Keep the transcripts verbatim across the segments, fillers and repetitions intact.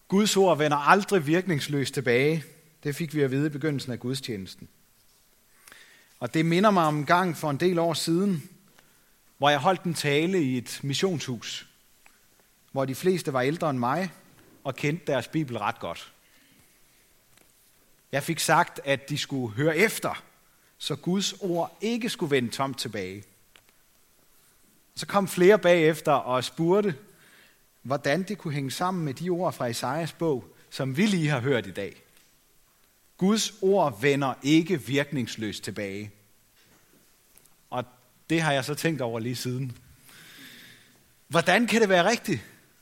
Guds ord vender aldrig virkningsløst tilbage. Det fik vi at vide i begyndelsen af gudstjenesten. Og det minder mig om en gang for en del år siden, hvor jeg holdt en tale i et missionshus, hvor de fleste var ældre end mig og kendte deres bibel ret godt. Jeg fik sagt, at de skulle høre efter, så Guds ord ikke skulle vende tomt tilbage. Så kom flere bagefter og spurgte, hvordan det kunne hænge sammen med de ord fra Esajas bog, som vi lige har hørt i dag. Guds ord vender ikke virkningsløst tilbage. Og det har jeg så tænkt over lige siden. Hvordan kan det være rigtigt?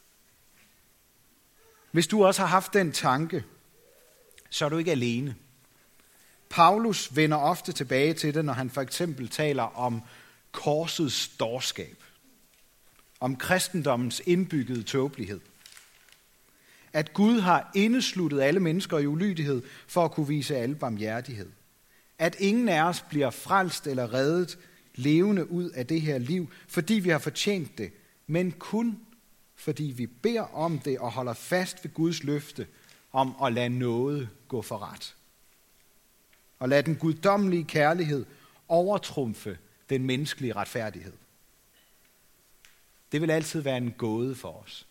Hvis du også har haft den tanke, så er du ikke alene. Paulus vender ofte tilbage til det, når han for eksempel taler om korsets dårskab. Om kristendommens indbyggede tåbelighed. At Gud har indesluttet alle mennesker i ulydighed for at kunne vise alle barmhjertighed. At ingen af os bliver frelst eller reddet levende ud af det her liv, fordi vi har fortjent det, men kun fordi vi beder om det og holder fast ved Guds løfte om at lade nåde gå for ret. Og lade den guddommelige kærlighed overtrumfe den menneskelige retfærdighed. Det vil altid være en gåde for os.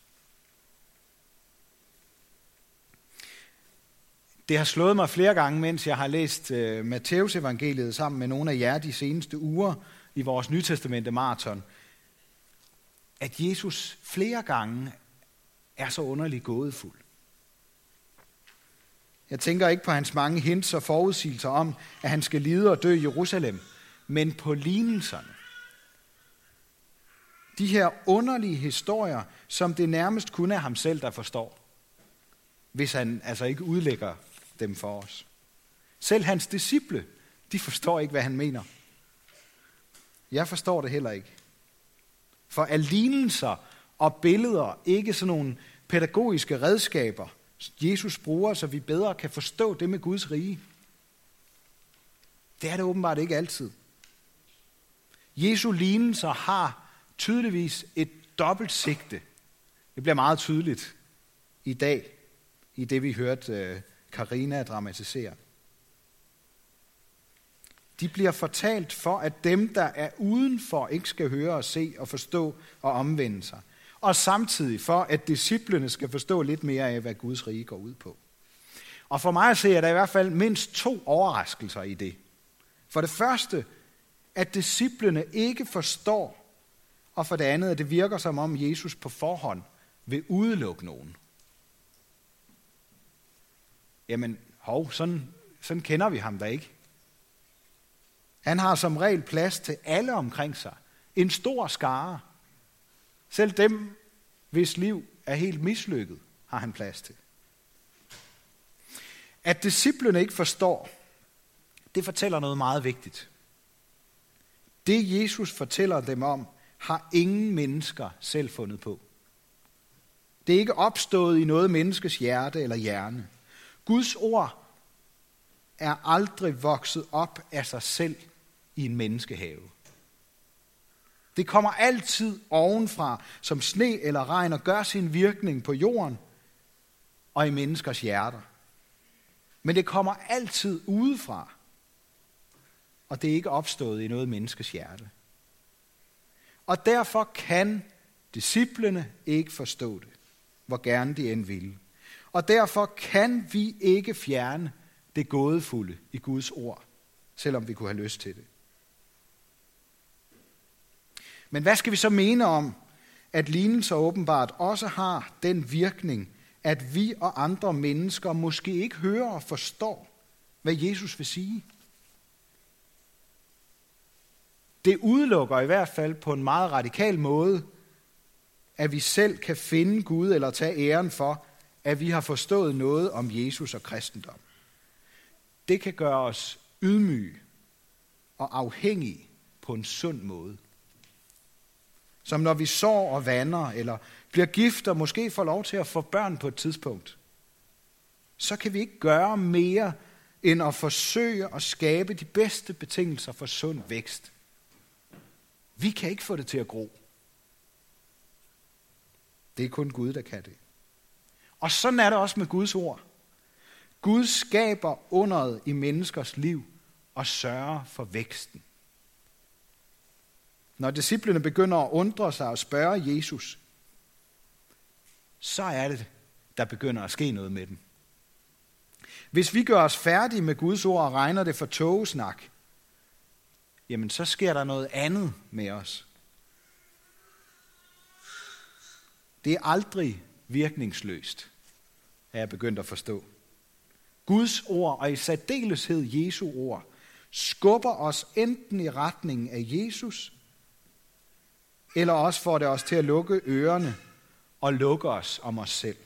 Det har slået mig flere gange, mens jeg har læst uh, Matteus evangeliet sammen med nogle af jer de seneste uger i vores Nytestamente maraton, at Jesus flere gange er så underligt gådefuld. Jeg tænker ikke på hans mange hints og forudsigelser om, at han skal lide og dø i Jerusalem, men på lignelserne. De her underlige historier, som det nærmest kun er ham selv, der forstår, hvis han altså ikke udlægger dem for os. Selv hans disciple, de forstår ikke, hvad han mener. Jeg forstår det heller ikke. For er lignelser og billeder ikke sådan nogle pædagogiske redskaber, Jesus bruger, så vi bedre kan forstå det med Guds rige? Det er det åbenbart ikke altid. Jesu lignelser har tydeligvis et dobbelt sigte. Det bliver meget tydeligt i dag, i det vi hørte Karina dramatisere. De bliver fortalt for, at dem, der er udenfor, ikke skal høre og se og forstå og omvende sig. Og samtidig for, at disciplene skal forstå lidt mere af, hvad Guds rige går ud på. Og for mig at se, er der i hvert fald mindst to overraskelser i det. For det første, at disciplene ikke forstår, og for det andet, at det virker som om Jesus på forhånd vil udelukke nogen. Jamen, hov, sådan, sådan kender vi ham da ikke. Han har som regel plads til alle omkring sig. En stor skare. Selv dem, hvis liv er helt mislykket, har han plads til. At disciplene ikke forstår, det fortæller noget meget vigtigt. Det Jesus fortæller dem om, har ingen mennesker selv fundet på. Det er ikke opstået i noget menneskes hjerte eller hjerne. Guds ord er aldrig vokset op af sig selv i en menneskehave. Det kommer altid ovenfra, som sne eller regn, og gør sin virkning på jorden og i menneskers hjerter. Men det kommer altid udefra, og det er ikke opstået i noget menneskes hjerte. Og derfor kan disciplene ikke forstå det, hvor gerne de end ville. Og derfor kan vi ikke fjerne det gådefulde i Guds ord, selvom vi kunne have lyst til det. Men hvad skal vi så mene om, at lignelser åbenbart også har den virkning, at vi og andre mennesker måske ikke hører og forstår, hvad Jesus vil sige? Det udelukker i hvert fald på en meget radikal måde, at vi selv kan finde Gud eller tage æren for, at vi har forstået noget om Jesus og kristendom. Det kan gøre os ydmyge og afhængige på en sund måde. Som når vi sår og vander, eller bliver gift og måske får lov til at få børn på et tidspunkt. Så kan vi ikke gøre mere, end at forsøge at skabe de bedste betingelser for sund vækst. Vi kan ikke få det til at gro. Det er kun Gud, der kan det. Og sådan er det også med Guds ord. Gud skaber underet i menneskers liv og sørger for væksten. Når disciplene begynder at undre sig og spørge Jesus, så er det, der begynder at ske noget med dem. Hvis vi gør os færdige med Guds ord og regner det for tågesnak, jamen så sker der noget andet med os. Det er aldrig virkningsløst, er jeg begyndt at forstå. Guds ord, og i særdeleshed Jesu ord, skubber os enten i retningen af Jesus, eller også får det os til at lukke ørerne og lukke os om os selv.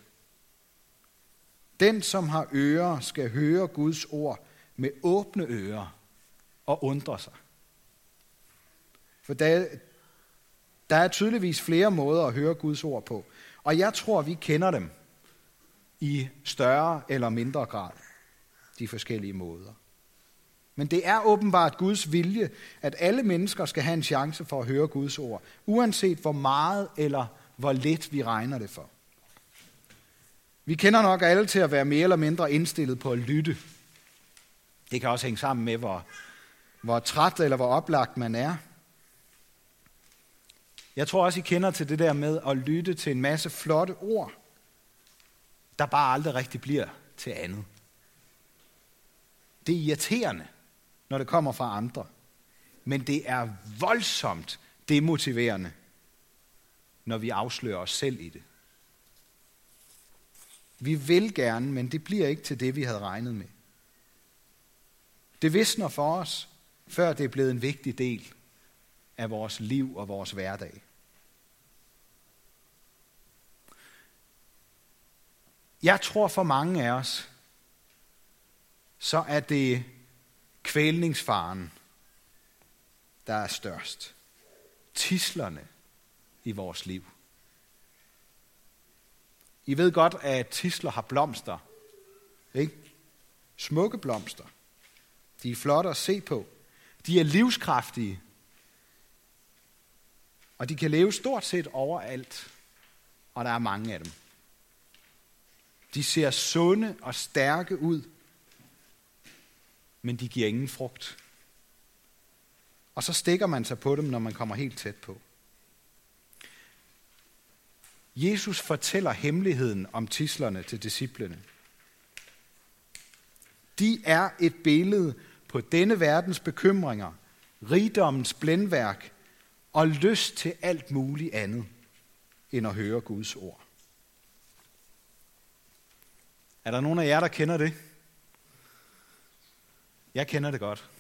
Den, som har ører, skal høre Guds ord med åbne ører og undre sig. For der, der er tydeligvis flere måder at høre Guds ord på, og jeg tror, vi kender dem i større eller mindre grad, de forskellige måder. Men det er åbenbart Guds vilje, at alle mennesker skal have en chance for at høre Guds ord, uanset hvor meget eller hvor lidt vi regner det for. Vi kender nok alle til at være mere eller mindre indstillet på at lytte. Det kan også hænge sammen med, hvor, hvor træt eller hvor oplagt man er. Jeg tror også, I kender til det der med at lytte til en masse flotte ord, der bare aldrig rigtig bliver til andet. Det er irriterende, når det kommer fra andre. Men det er voldsomt demotiverende, når vi afslører os selv i det. Vi vil gerne, men det bliver ikke til det, vi havde regnet med. Det visner for os, før det er blevet en vigtig del af vores liv og vores hverdag. Jeg tror for mange af os, så er det kvælningsfaren, der er størst. Tidslerne i vores liv. I ved godt, at tidsler har blomster. Ikke? Smukke blomster. De er flotte at se på. De er livskraftige. Og de kan leve stort set overalt. Og der er mange af dem. De ser sunde og stærke ud. Men de giver ingen frugt. Og så stikker man sig på dem, når man kommer helt tæt på. Jesus fortæller hemmeligheden om tidslerne til disciplene. De er et billede på denne verdens bekymringer, rigdommens blændværk og lyst til alt muligt andet, end at høre Guds ord. Er der nogen af jer, der kender det? Jeg kender det godt.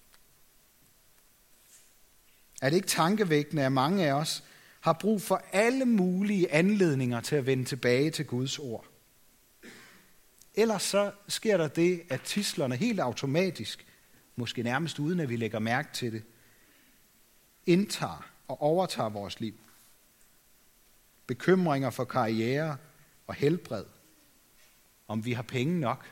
Er det ikke tankevækkende, at mange af os har brug for alle mulige anledninger til at vende tilbage til Guds ord? Ellers så sker der det, at tidslerne helt automatisk, måske nærmest uden at vi lægger mærke til det, indtager og overtager vores liv. Bekymringer for karriere og helbred. Om vi har penge nok.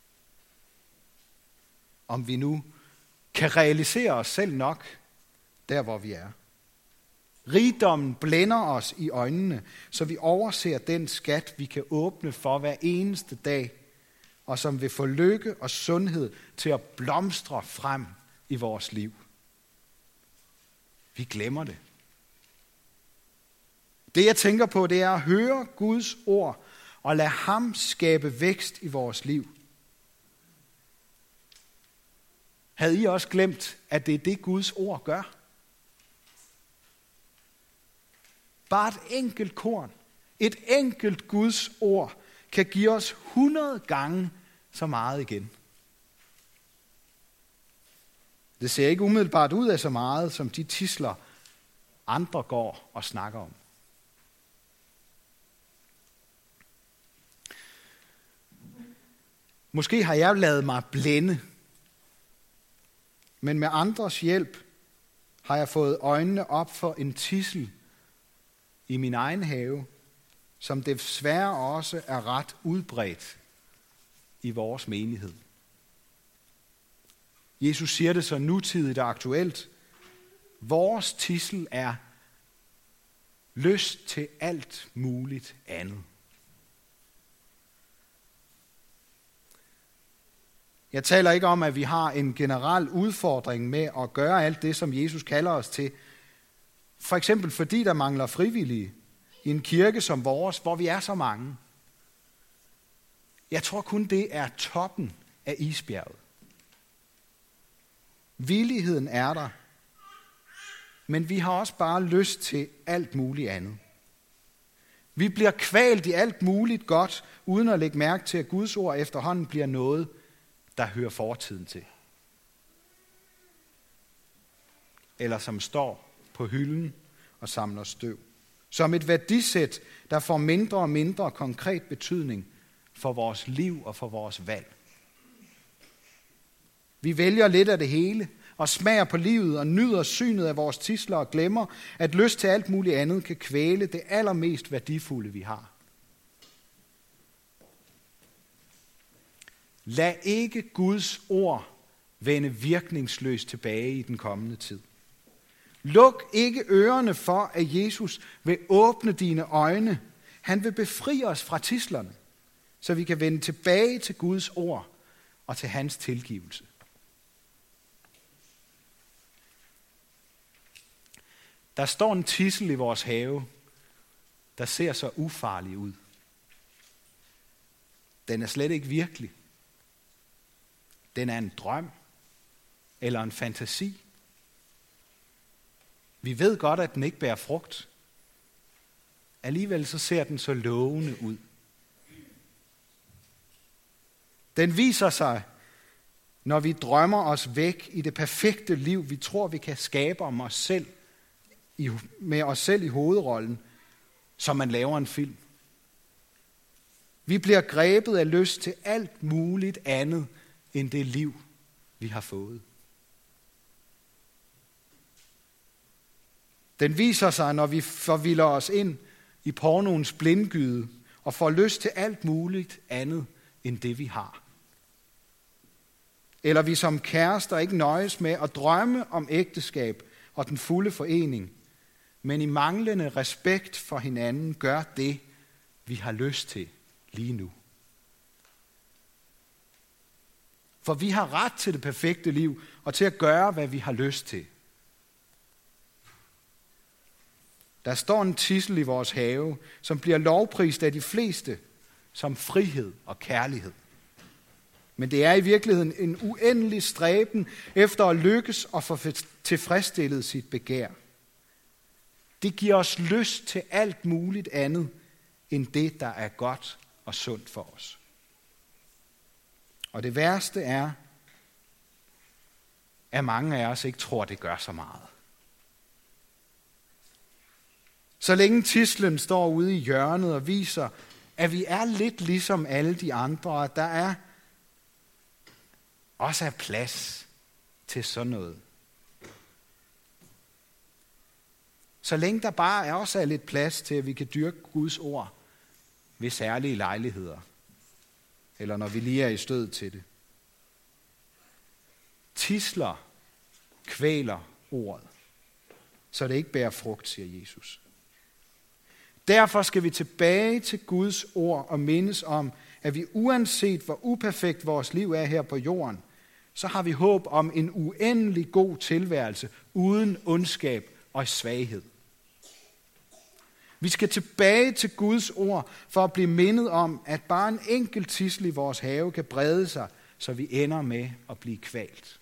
Om vi nu kan realisere os selv nok, der hvor vi er. Rigdommen blænder os i øjnene, så vi overser den skat, vi kan åbne for hver eneste dag, og som vil få lykke og sundhed til at blomstre frem i vores liv. Vi glemmer det. Det jeg tænker på, det er at høre Guds ord og lade ham skabe vækst i vores liv. Havde I også glemt, at det er det Guds ord gør? Bare et enkelt korn, et enkelt Guds ord, kan give os hundrede gange så meget igen. Det ser ikke umiddelbart ud af så meget, som de tidsler, andre går og snakker om. Måske har jeg ladet mig blænde, men med andres hjælp har jeg fået øjnene op for en tidsel i min egen have, som desværre også er ret udbredt i vores menighed. Jesus siger det så nutidigt og aktuelt. Vores tidsel er lyst til alt muligt andet. Jeg taler ikke om, at vi har en generel udfordring med at gøre alt det, som Jesus kalder os til. For eksempel fordi der mangler frivillige i en kirke som vores, hvor vi er så mange. Jeg tror kun, det er toppen af isbjerget. Villigheden er der, men vi har også bare lyst til alt muligt andet. Vi bliver kvalt i alt muligt godt, uden at lægge mærke til, at Guds ord efterhånden bliver noget, der hører fortiden til. Eller som står på hylden og samler støv. Som et værdisæt, der får mindre og mindre konkret betydning for vores liv og for vores valg. Vi vælger lidt af det hele og smager på livet og nyder synet af vores tidsler og glemmer, at lyst til alt muligt andet kan kvæle det allermest værdifulde, vi har. Lad ikke Guds ord vende virkningsløst tilbage i den kommende tid. Luk ikke ørerne for, at Jesus vil åbne dine øjne. Han vil befri os fra tidslerne, så vi kan vende tilbage til Guds ord og til hans tilgivelse. Der står en tidsel i vores have, der ser så ufarlig ud. Den er slet ikke virkelig. Den er en drøm eller en fantasi. Vi ved godt, at den ikke bærer frugt. Alligevel så ser den så lovende ud. Den viser sig, når vi drømmer os væk i det perfekte liv, vi tror, vi kan skabe om os selv, med os selv i hovedrollen, som man laver en film. Vi bliver grebet af lyst til alt muligt andet, end det liv, vi har fået. Den viser sig, når vi forvilder os ind i pornoens blindgyde og får lyst til alt muligt andet, end det vi har. Eller vi som kærester ikke nøjes med at drømme om ægteskab og den fulde forening, men i manglende respekt for hinanden gør det, vi har lyst til lige nu. For vi har ret til det perfekte liv og til at gøre, hvad vi har lyst til. Der står en tidsel i vores have, som bliver lovprist af de fleste som frihed og kærlighed. Men det er i virkeligheden en uendelig stræben efter at lykkes og få tilfredsstillet sit begær. Det giver os lyst til alt muligt andet, end det, der er godt og sundt for os. Og det værste er, at mange af os ikke tror, det gør så meget. Så længe tidslen står ude i hjørnet og viser, at vi er lidt ligesom alle de andre, og at der er også er plads til sådan noget. Så længe der bare er også er lidt plads til, at vi kan dyrke Guds ord ved særlige lejligheder, eller når vi lige er i stød til det. Tidsler kvæler ordet, så det ikke bærer frugt, siger Jesus. Derfor skal vi tilbage til Guds ord og mindes om, at vi uanset hvor uperfekt vores liv er her på jorden, så har vi håb om en uendelig god tilværelse uden ondskab og svaghed. Vi skal tilbage til Guds ord for at blive mindet om, at bare en enkelt tidsel i vores have kan brede sig, så vi ender med at blive kvalt.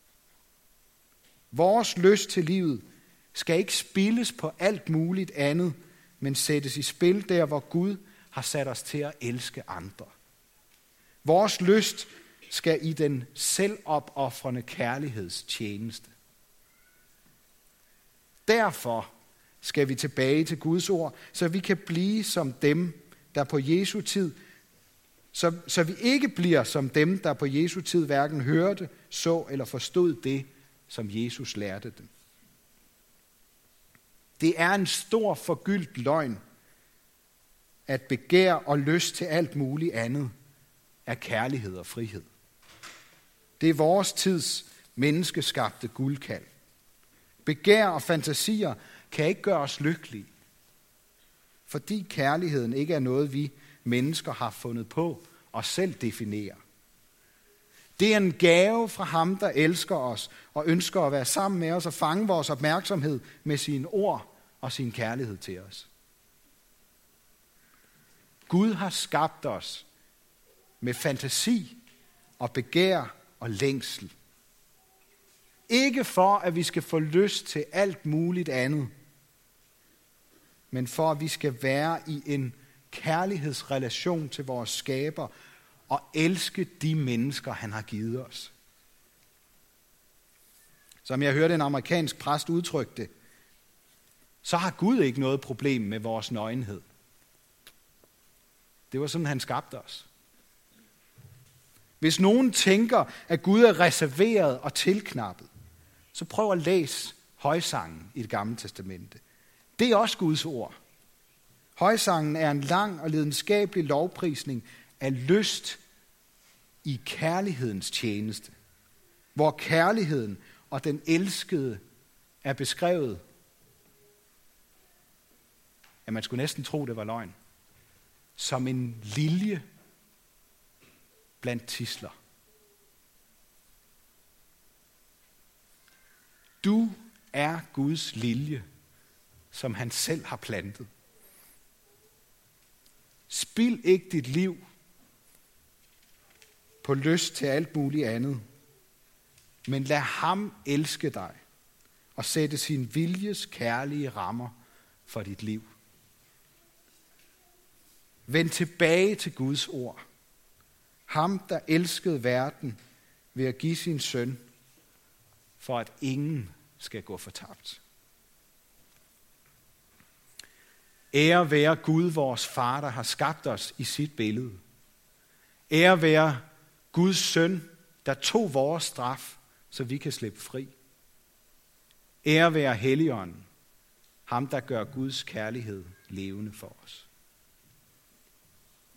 Vores lyst til livet skal ikke spildes på alt muligt andet, men sættes i spil der, hvor Gud har sat os til at elske andre. Vores lyst skal i den selvopofrende kærligheds tjeneste. Derfor skal vi tilbage til Guds ord, så vi kan blive som dem, der på Jesu tid, så, så vi ikke bliver som dem, der på Jesu tid hverken hørte, så eller forstod det, som Jesus lærte dem. Det er en stor forgyldt løgn, at begær og lyst til alt muligt andet er kærlighed og frihed. Det er vores tids menneskeskabte guldkald. Begær og fantasier kan ikke gøre os lykkelige, fordi kærligheden ikke er noget, vi mennesker har fundet på og selv definerer. Det er en gave fra ham, der elsker os og ønsker at være sammen med os og fange vores opmærksomhed med sine ord og sin kærlighed til os. Gud har skabt os med fantasi og begær og længsel. Ikke for, at vi skal få lyst til alt muligt andet, men for, at vi skal være i en kærlighedsrelation til vores skaber og elske de mennesker, han har givet os. Som jeg hørte en amerikansk præst udtrykke det, så har Gud ikke noget problem med vores nøgenhed. Det var sådan, han skabte os. Hvis nogen tænker, at Gud er reserveret og tilknappet, så prøv at læse højsangen i Det Gamle Testamente. Det er også Guds ord. Højsangen er en lang og lidenskabelig lovprisning af lyst i kærlighedens tjeneste, hvor kærligheden og den elskede er beskrevet, at man skulle næsten tro, det var løgn, som en lilje blandt tidsler. Du er Guds lilje, som han selv har plantet. Spild ikke dit liv på lyst til alt muligt andet, men lad ham elske dig og sætte sin viljes kærlige rammer for dit liv. Vend tilbage til Guds ord. Ham, der elskede verden ved at give sin søn, for at ingen skal gå fortabt. Ære være Gud, vores far, der har skabt os i sit billede. Ære være Guds søn, der tog vores straf, så vi kan slippe fri. Ære være Helligånden, ham der gør Guds kærlighed levende for os.